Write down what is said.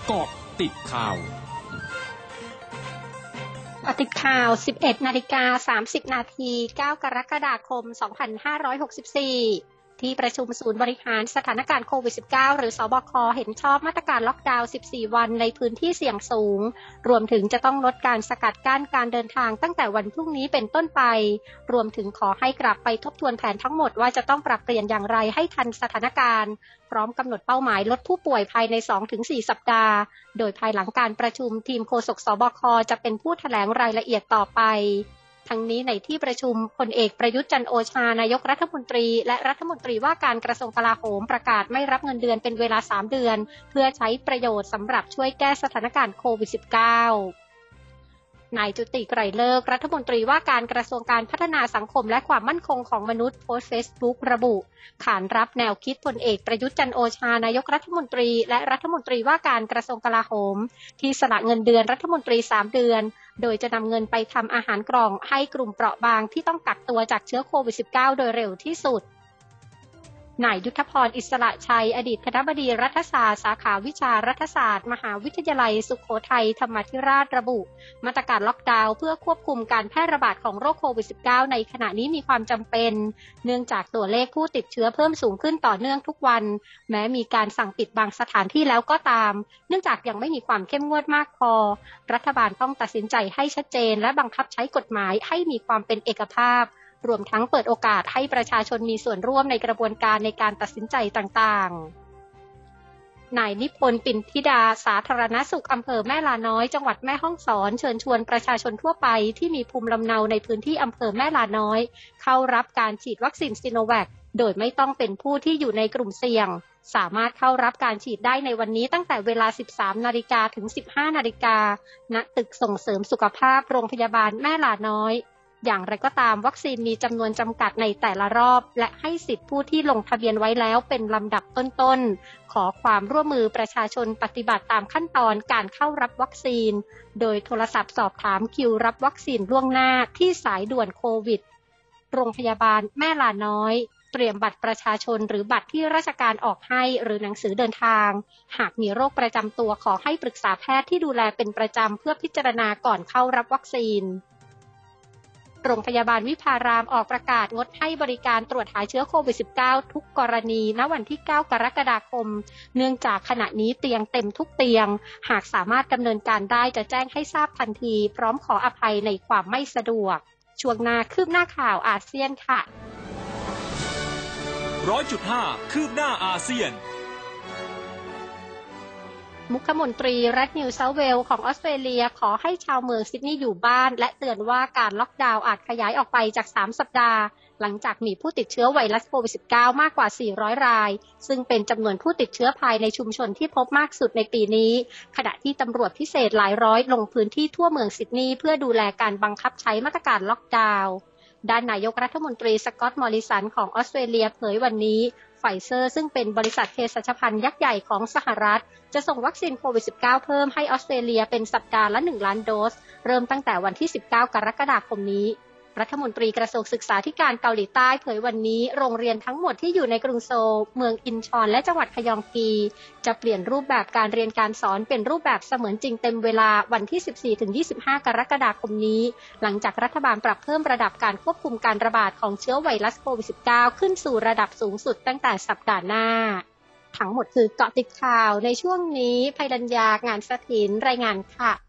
เกาะติดข่าวติดข่าว 11:30 นาที 9 กรกฎาคม 2564 ที่ประชุมศูนย์บริหารสถานการณ์โควิด -19 หรือสบคเห็นชอบมาตรการล็อกดาวน์ 14 วันในพื้นที่เสี่ยงสูงรวมถึงจะต้องลดการสกัดกั้นการเดินทางตั้งแต่วันพรุ่งนี้เป็นต้นไปรวมถึงขอให้กลับไปทบทวนแผนทั้งหมดว่าจะต้องปรับเปลี่ยนอย่างไรให้ทันสถานการณ์พร้อมกำหนดเป้าหมายลดผู้ป่วยภายใน 2-4 สัปดาห์โดยภายหลังการประชุมทีมโฆษกสบคจะเป็นผู้แถลงรายละเอียดต่อไปทั้งนี้ในที่ประชุมพลเอกประยุทธ์จันทร์โอชานายกรัฐมนตรีและรัฐมนตรีว่าการกระทรวงกลาโหมประกาศไม่รับเงินเดือนเป็นเวลา 3 เดือนเพื่อใช้ประโยชน์สำหรับช่วยแก้สถานการณ์โควิด -19 นายจุติไกรเลิกษ์รัฐมนตรีว่าการกระทรวงการพัฒนาสังคมและความมั่นคงของมนุษย์โพสต์เฟซบุ๊กระบุขานรับแนวคิดพลเอกประยุทธ์จันทร์โอชานายกรัฐมนตรีและรัฐมนตรีว่าการกระทรวงกลาโหมที่สละเงินเดือนรัฐมนตรี 3 เดือนโดยจะนำเงินไปทำอาหารกล่องให้กลุ่มเปราะบางที่ต้องกักตัวจากเชื้อโควิด -19 โดยเร็วที่สุดนายยุทธพรอิสระชัยอดีตคณบดีรัฐศาสตร์สาขาวิชารัฐศาสตร์มหาวิทยาลัยสุโขทัยธรรมาธิราชระบุมาตรการล็อกดาวน์เพื่อควบคุมการแพร่ระบาดของโรคโควิด -19 ในขณะนี้มีความจำเป็นเนื่องจากตัวเลขผู้ติดเชื้อเพิ่มสูงขึ้นต่อเนื่องทุกวันแม้มีการสั่งปิดบางสถานที่แล้วก็ตามเนื่องจากยังไม่มีความเข้มงวดมากพอรัฐบาลต้องตัดสินใจให้ชัดเจนและบังคับใช้กฎหมายให้มีความเป็นเอกภาพรวมทั้งเปิดโอกาสให้ประชาชนมีส่วนร่วมในกระบวนการในการตัดสินใจต่างๆนายนิพนธ์ปิ่นธิดาสาธารณสุขอำเภอแม่ลาน้อยจังหวัดแม่ฮ่องสอนเชิญชวนประชาชนทั่วไปที่มีภูมิลำเนาในพื้นที่อำเภอแม่ลาน้อยเข้ารับการฉีดวัคซีนซิโนแวคโดยไม่ต้องเป็นผู้ที่อยู่ในกลุ่มเสี่ยงสามารถเข้ารับการฉีดได้ในวันนี้ตั้งแต่เวลา 13 นาฬิกาถึง 15 นาฬิกาณตึกส่งเสริมสุขภาพโรงพยาบาลแม่ลาน้อยอย่างไรก็ตามวัคซีนมีจำนวนจำกัดในแต่ละรอบและให้สิทธิผู้ที่ลงทะเบียนไว้แล้วเป็นลำดับต้นๆขอความร่วมมือประชาชนปฏิบัติตามขั้นตอนการเข้ารับวัคซีนโดยโทรศัพท์สอบถามคิวรับวัคซีนล่วงหน้าที่สายด่วนโควิดโรงพยาบาลแม่ลาน้อยเตรียมบัตรประชาชนหรือบัตรที่ราชการออกให้หรือหนังสือเดินทางหากมีโรคประจำตัวขอให้ปรึกษาแพทย์ที่ดูแลเป็นประจำเพื่อพิจารณาก่อนเข้ารับวัคซีนโรงพยาบาลวิภารามออกประกาศงดให้บริการตรวจหาเชื้อโควิด -19 ทุกกรณีณวันที่ 9 กรกฎาคมเนื่องจากขณะนี้เตียงเต็มทุกเตียงหากสามารถดำเนินการได้จะแจ้งให้ทราบทันทีพร้อมขออภัยในความไม่สะดวกช่วงหน้าคืบหน้าข่าวอาเซียนค่ะ 100.5 คืบหน้าอาเซียนมุขมนตรีรัฐนิวเซาท์เวลส์ของออสเตรเลียขอให้ชาวเมืองซิดนีย์อยู่บ้านและเตือนว่าการล็อกดาวน์อาจขยายออกไปจาก3 สัปดาห์หลังจากมีผู้ติดเชื้อไวรัสโควิด -19 มากกว่า 400 รายซึ่งเป็นจำนวนผู้ติดเชื้อภายในชุมชนที่พบมากสุดในปีนี้ขณะที่ตำรวจพิเศษหลายร้อยลงพื้นที่ทั่วเมืองซิดนีย์เพื่อดูแลการบังคับใช้มาตรการล็อกดาวน์ด้านนายกรัฐมนตรีสก็อตต์มอริสันของออสเตรเลียเผยวันนี้ไฟเซอร์ซึ่งเป็นบริษัทเภสัชภัณฑ์ยักษ์ใหญ่ของสหรัฐจะส่งวัคซีนโควิด -19 เพิ่มให้ออสเตรเลียเป็นสัปดาห์ละ 1 ล้านโดสเริ่มตั้งแต่วันที่ 19 กรกฎาคมนี้รัฐมนตรีกระทรวงศึกษาธิการเกาหลีใต้เผยวันนี้โรงเรียนทั้งหมดที่อยู่ในกรุงโซลเมืองอินชอนและจังหวัดคยองกีจะเปลี่ยนรูปแบบการเรียนการสอนเป็นรูปแบบเสมือนจริงเต็มเวลาวันที่ 14-25 กรกฎาคมนี้หลังจากรัฐบาลปรับเพิ่มระดับการควบคุมการระบาดของเชื้อไวรัสโควิด -19 ขึ้นสู่ระดับสูงสุดตั้งแต่สัปดาห์หน้าทั้งหมดคือเกาะติดข่าวในช่วงนี้ภัยรัญญางานสถินรายงานค่ะ